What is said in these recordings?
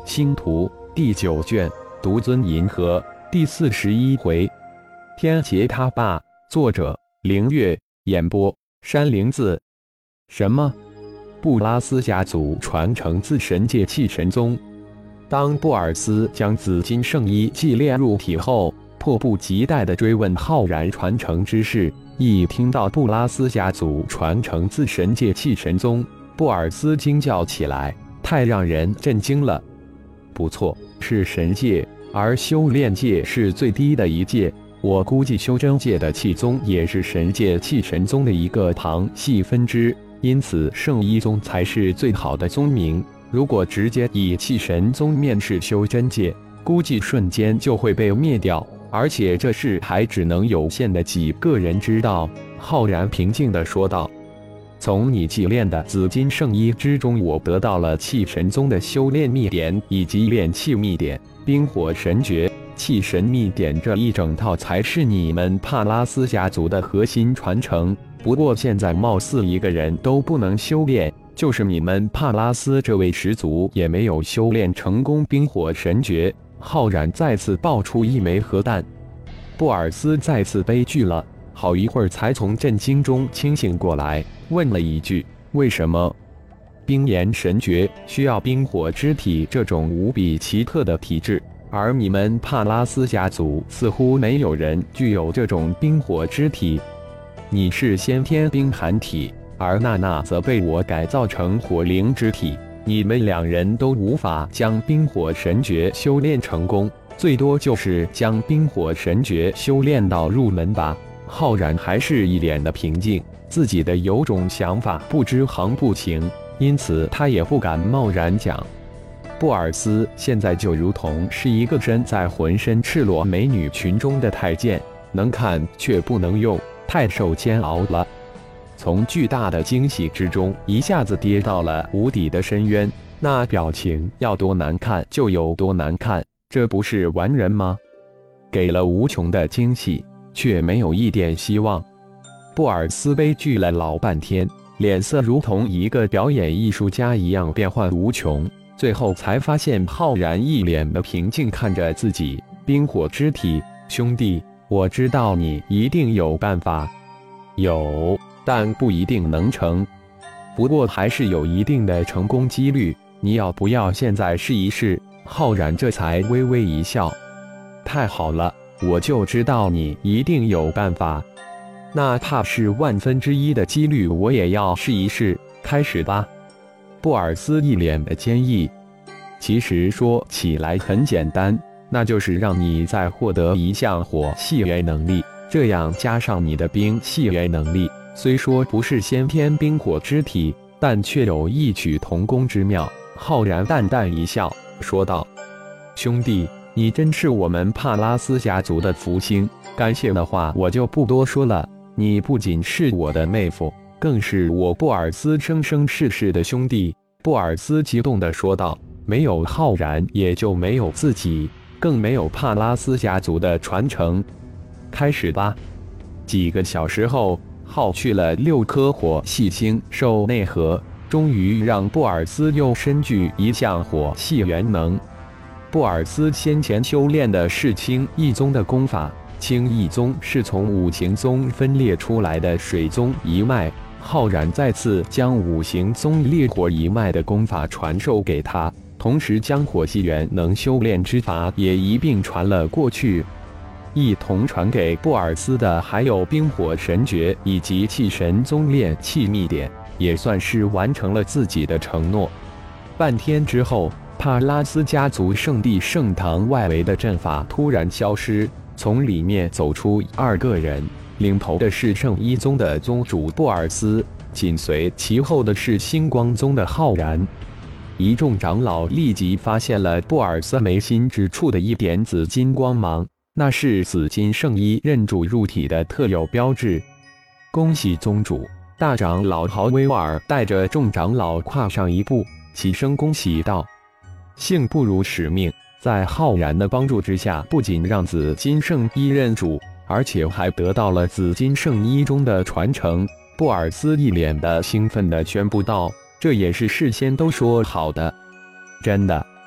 星图第9卷，独尊银河第41回。天劫他霸，作者凌月，演播山灵子。什么？布拉斯家族传承自神界气神宗。当布尔斯将紫金圣衣祭炼入体后，迫不及待地追问浩然传承之事。一听到布拉斯家族传承自神界气神宗，布尔斯惊叫起来，太让人震惊了。不错，是神界，而修炼界是最低的一界。我估计修真界的气宗也是神界气神宗的一个旁系分支，因此圣衣宗才是最好的宗名。如果直接以气神宗面试修真界，估计瞬间就会被灭掉，而且这事还只能有限的几个人知道。浩然平静地说道：从你祭炼的紫金圣衣之中，我得到了气神宗的修炼秘典以及炼气秘典、冰火神诀、气神秘典，这一整套才是你们帕拉斯家族的核心传承。不过现在貌似一个人都不能修炼，就是你们帕拉斯这位始祖也没有修炼成功冰火神诀。浩然再次爆出一枚核弹，布尔斯再次悲剧了，好一会儿才从震惊中清醒过来，问了一句：为什么？冰炎神诀需要冰火之体这种无比奇特的体质，而你们帕拉斯家族似乎没有人具有这种冰火之体。你是先天冰寒体，而娜娜则被我改造成火灵之体，你们两人都无法将冰火神诀修炼成功，最多就是将冰火神诀修炼到入门吧。浩然还是一脸的平静，自己的有种想法不知行不行，因此他也不敢贸然讲。布尔斯现在就如同是一个身在浑身赤裸美女群中的太监，能看却不能用，太受煎熬了。从巨大的惊喜之中一下子跌到了无底的深渊，那表情要多难看就有多难看，这不是完人吗？给了无穷的惊喜，却没有一点希望。布尔斯悲剧了老半天，脸色如同一个表演艺术家一样变幻无穷，最后才发现浩然一脸的平静看着自己。冰火之体，兄弟，我知道你一定有办法。有，但不一定能成，不过还是有一定的成功几率，你要不要现在试一试？浩然这才微微一笑。太好了，我就知道你一定有办法，哪怕是1/1000的几率我也要试一试。开始吧。布尔斯一脸的坚毅。其实说起来很简单，那就是让你再获得一项火系元能力，这样加上你的冰系元能力，虽说不是先天冰火之体，但却有异曲同工之妙。浩然淡淡一笑，说道：兄弟，你真是我们帕拉斯家族的福星，感谢的话我就不多说了。你不仅是我的妹夫，更是我布尔斯生生世世的兄弟。布尔斯激动地说道：没有浩然也就没有自己，更没有帕拉斯家族的传承。开始吧。几个小时后，耗去了6颗火系星兽内核，终于让布尔斯又身具一项火系元能。布尔斯先前修炼的是青翼宗的功法，青翼宗是从五行宗分裂出来的水宗一脉，浩然再次将五行宗烈火一脉的功法传授给他，同时将火系元能修炼之法也一并传了过去。一同传给布尔斯的还有冰火神诀以及气神宗炼气秘典，也算是完成了自己的承诺。半天之后，帕拉斯家族圣地圣堂外围的阵法突然消失，从里面走出2个人，领头的是圣衣宗的宗主布尔斯，紧随其后的是星光宗的浩然。一众长老立即发现了布尔斯眉心之处的一点紫金光芒，那是紫金圣衣认主入体的特有标志。恭喜宗主！大长老豪威瓦尔带着众长老跨上一步，齐声恭喜道：幸不辱使命，在浩然的帮助之下，不仅让紫金圣衣认主，而且还得到了紫金圣衣中的传承。布尔斯一脸的兴奋地宣布道：这也是事先都说好的。真的？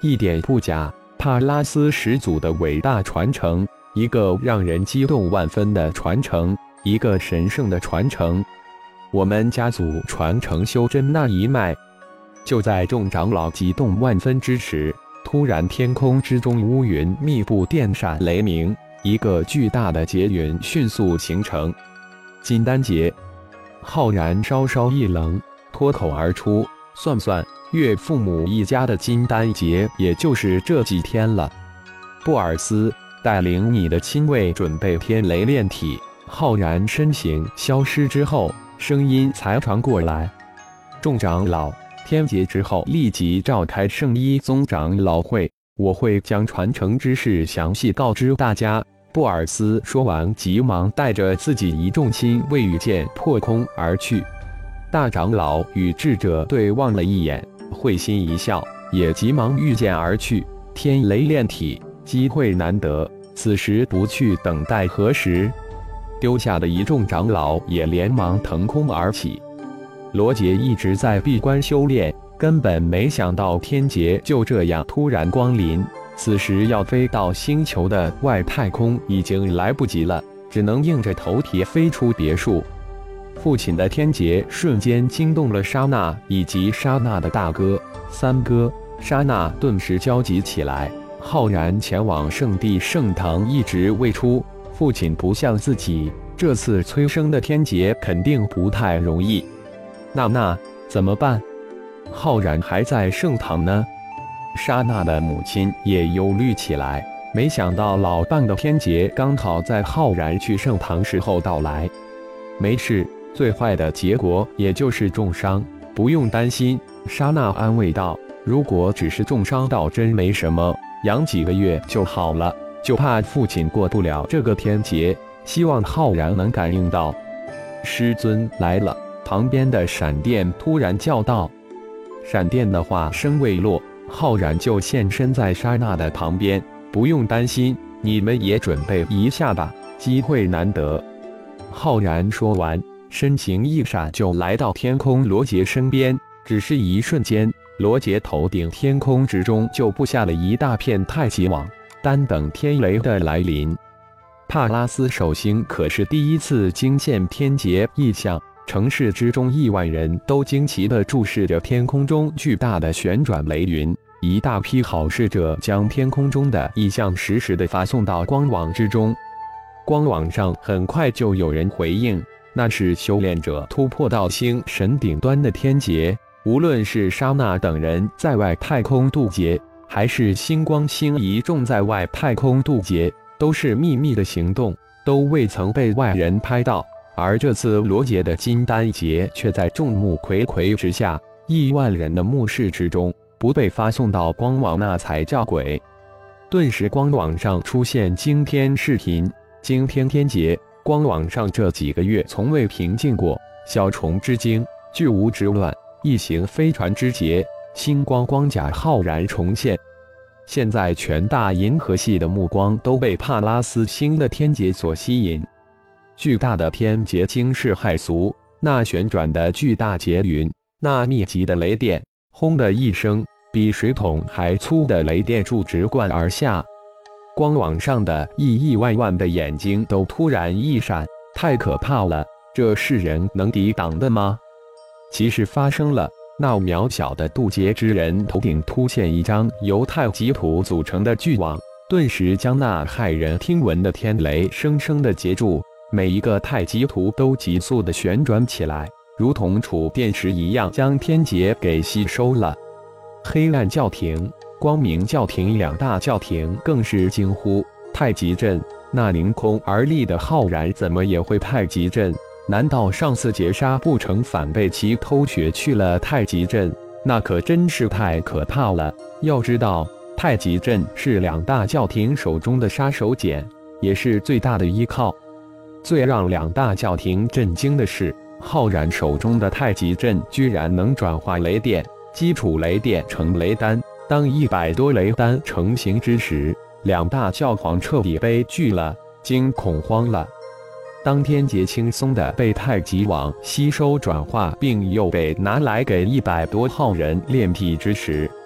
一点不假。帕拉斯始祖的伟大传承，一个让人激动万分的传承，一个神圣的传承。我们家族传承修真那一脉。就在众长老激动万分之时，突然天空之中乌云密布，电闪雷鸣，一个巨大的结云迅速形成。金丹劫。浩然稍稍一愣，脱口而出：“算，岳父母一家的金丹劫，也就是这几天了。”布尔斯，带领你的亲卫准备天雷炼体。浩然身形消失之后，声音才传过来：“众长老，天劫之后立即召开圣衣宗长老会，我会将传承之事详细告知大家。”布尔斯说完，急忙带着自己一众亲卫御剑破空而去。大长老与智者对望了一眼，会心一笑，也急忙御剑而去。天雷炼体，机会难得，此时不去等待何时？丢下的一众长老也连忙腾空而起。罗杰一直在闭关修炼，根本没想到天劫就这样突然光临。此时要飞到星球的外太空已经来不及了，只能硬着头皮飞出别墅。父亲的天劫瞬间惊动了莎娜以及莎娜的大哥、三哥，莎娜顿时焦急起来。浩然前往圣地圣堂一直未出，父亲不像自己，这次催生的天劫肯定不太容易。娜怎么办？浩然还在圣堂呢。莎娜的母亲也忧虑起来，没想到老伴的天劫刚好在浩然去圣堂时候到来。没事，最坏的结果也就是重伤，不用担心。莎娜安慰道：“如果只是重伤，倒真没什么，养几个月就好了。就怕父亲过不了这个天劫，希望浩然能感应到。”师尊来了。旁边的闪电突然叫道。闪电的话声未落，浩然就现身在莎娜的旁边。不用担心，你们也准备一下吧，机会难得。浩然说完，身形一闪就来到天空罗杰身边。只是一瞬间，罗杰头顶天空之中就布下了一大片太极网，单等天雷的来临。帕拉斯守星可是第一次惊现天劫异象，城市之中亿万人都惊奇地注视着天空中巨大的旋转雷云。一大批好事者将天空中的异象实时地发送到光网之中。光网上很快就有人回应，那是修炼者突破到星神顶端的天劫。无论是莎娜等人在外太空渡劫，还是星光星一众在外太空渡劫，都是秘密的行动，都未曾被外人拍到。而这次罗杰的金丹劫却在众目睽睽之下，亿万人的目视之中，不被发送到光网那才叫鬼。顿时光网上出现惊天视频，惊天天劫，光网上这几个月从未平静过。小虫之惊，巨无之乱，异形飞船之劫，星光光甲浩然重现。现在全大银河系的目光都被帕拉斯星的天劫所吸引。巨大的天劫惊世骇俗，那旋转的巨大劫云，那密集的雷电，轰的一声，比水桶还粗的雷电柱直贯而下。光网上的亿万万的眼睛都突然一闪，太可怕了，这是人能抵挡的吗？其实发生了，那渺小的渡劫之人头顶突现一张由太极图组成的巨网，顿时将那骇人听闻的天雷生生的截住。每一个太极图都急速的旋转起来，如同储电池一样，将天劫给吸收了。黑暗教廷、光明教廷两大教廷更是惊呼：太极阵！那凌空而立的浩然怎么也会太极阵？难道上次劫杀不成，反被其偷学去了太极阵？那可真是太可怕了！要知道，太极阵是两大教廷手中的杀手锏，也是最大的依靠。最让两大教廷震惊的是，浩然手中的太极阵居然能转化雷电、基础雷电成雷丹。当100多雷丹成型之时，两大教皇彻底悲剧了，惊恐慌了。当天劫轻松地被太极网吸收转化，并又被拿来给100多号人炼体之时，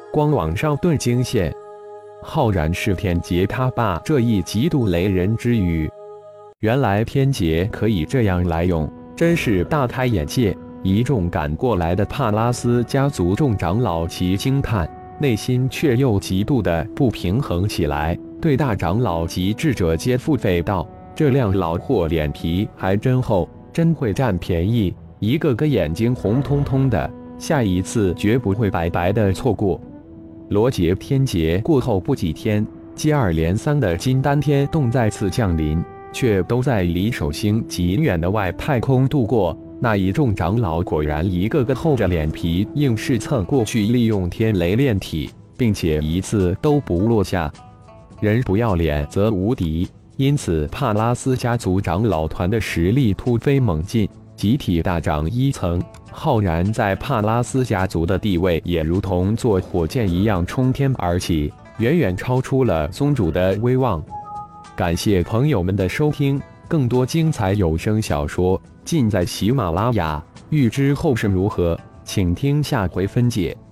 光往上顿惊现，浩然是天劫他爸这一极度雷人之语。原来天劫可以这样来用，真是大开眼界。一众赶过来的帕拉斯家族众长老齐惊叹，内心却又极度的不平衡起来，对大长老及智者皆腹诽道：这辆老货脸皮还真厚，真会占便宜，一个个眼睛红彤彤的，下一次绝不会白白的错过。罗劫天劫过后不几天，接二连三的金丹天动再次降临，却都在离守星极远的外太空度过。那一众长老果然一个个厚着脸皮，硬是蹭过去，利用天雷炼体，并且一次都不落下。人不要脸则无敌，因此帕拉斯家族长老团的实力突飞猛进，集体大涨1层。浩然在帕拉斯家族的地位也如同坐火箭一样冲天而起，远远超出了宗主的威望。感谢朋友们的收听，更多精彩有声小说尽在喜马拉雅。欲知后事如何，请听下回分解。